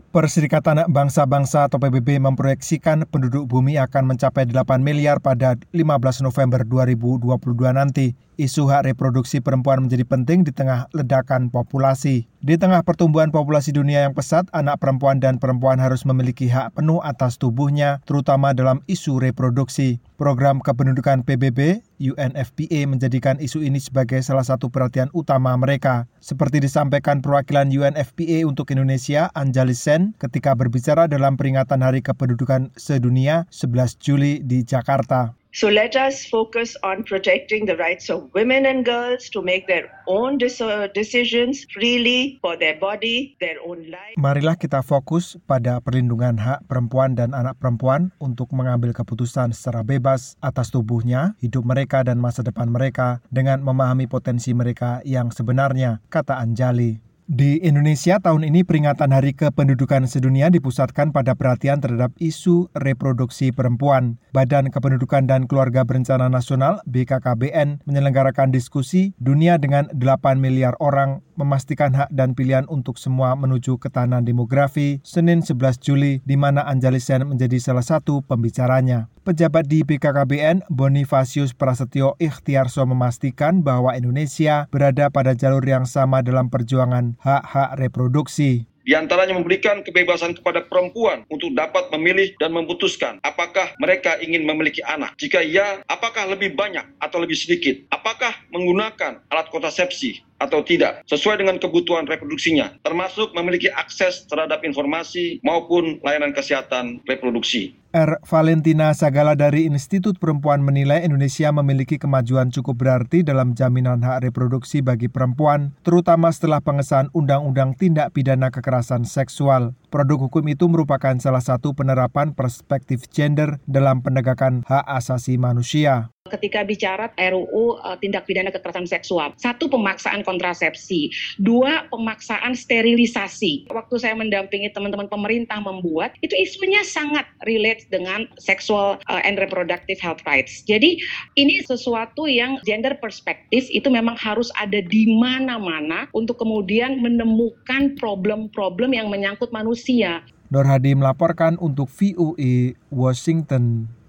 Perserikatan Bangsa-Bangsa atau PBB memproyeksikan penduduk bumi akan mencapai 8 miliar pada 15 November 2022 nanti. Isu hak reproduksi perempuan menjadi penting di tengah ledakan populasi. Di tengah pertumbuhan populasi dunia yang pesat, anak perempuan dan perempuan harus memiliki hak penuh atas tubuhnya, terutama dalam isu reproduksi. Program kependudukan PBB, UNFPA menjadikan isu ini sebagai salah satu perhatian utama mereka. Seperti disampaikan perwakilan UNFPA untuk Indonesia, Anjali Sen, ketika berbicara dalam peringatan Hari Kependudukan Sedunia 11 Juli di Jakarta. So let us focus on protecting the rights of women and girls to make their own decisions freely for their body, their own life. Marilah kita fokus pada perlindungan hak perempuan dan anak perempuan untuk mengambil keputusan secara bebas atas tubuhnya, hidup mereka dan masa depan mereka dengan memahami potensi mereka yang sebenarnya, kata Anjali. Di Indonesia, tahun ini peringatan Hari Kependudukan Sedunia dipusatkan pada perhatian terhadap isu reproduksi perempuan. Badan Kependudukan dan Keluarga Berencana Nasional (BKKBN) menyelenggarakan diskusi Dunia dengan 8 miliar orang memastikan hak dan pilihan untuk semua menuju ketahanan demografi, Senin 11 Juli, di mana Anjali Sen menjadi salah satu pembicaranya. Pejabat di BKKBN, Bonifasius Prasetyo Ikhtiarso memastikan bahwa Indonesia berada pada jalur yang sama dalam perjuangan hak-hak reproduksi. Di antaranya memberikan kebebasan kepada perempuan untuk dapat memilih dan memutuskan apakah mereka ingin memiliki anak. Jika ya, apakah lebih banyak atau lebih sedikit? Apakah menggunakan alat kontrasepsi atau tidak, sesuai dengan kebutuhan reproduksinya, termasuk memiliki akses terhadap informasi maupun layanan kesehatan reproduksi. R. Valentina Sagala dari Institut Perempuan menilai Indonesia memiliki kemajuan cukup berarti dalam jaminan hak reproduksi bagi perempuan, terutama setelah pengesahan Undang-Undang Tindak Pidana Kekerasan Seksual. Produk hukum itu merupakan salah satu penerapan perspektif gender dalam penegakan hak asasi manusia. Ketika bicara RUU tindak pidana kekerasan seksual, 1, pemaksaan kontrasepsi, 2, pemaksaan sterilisasi. Waktu saya mendampingi teman-teman pemerintah membuat, itu isunya sangat relate dengan sexual and reproductive health rights. Jadi ini sesuatu yang gender perspektif itu memang harus ada di mana-mana untuk kemudian menemukan problem-problem yang menyangkut manusia. Nur Hadi melaporkan untuk VOA Washington.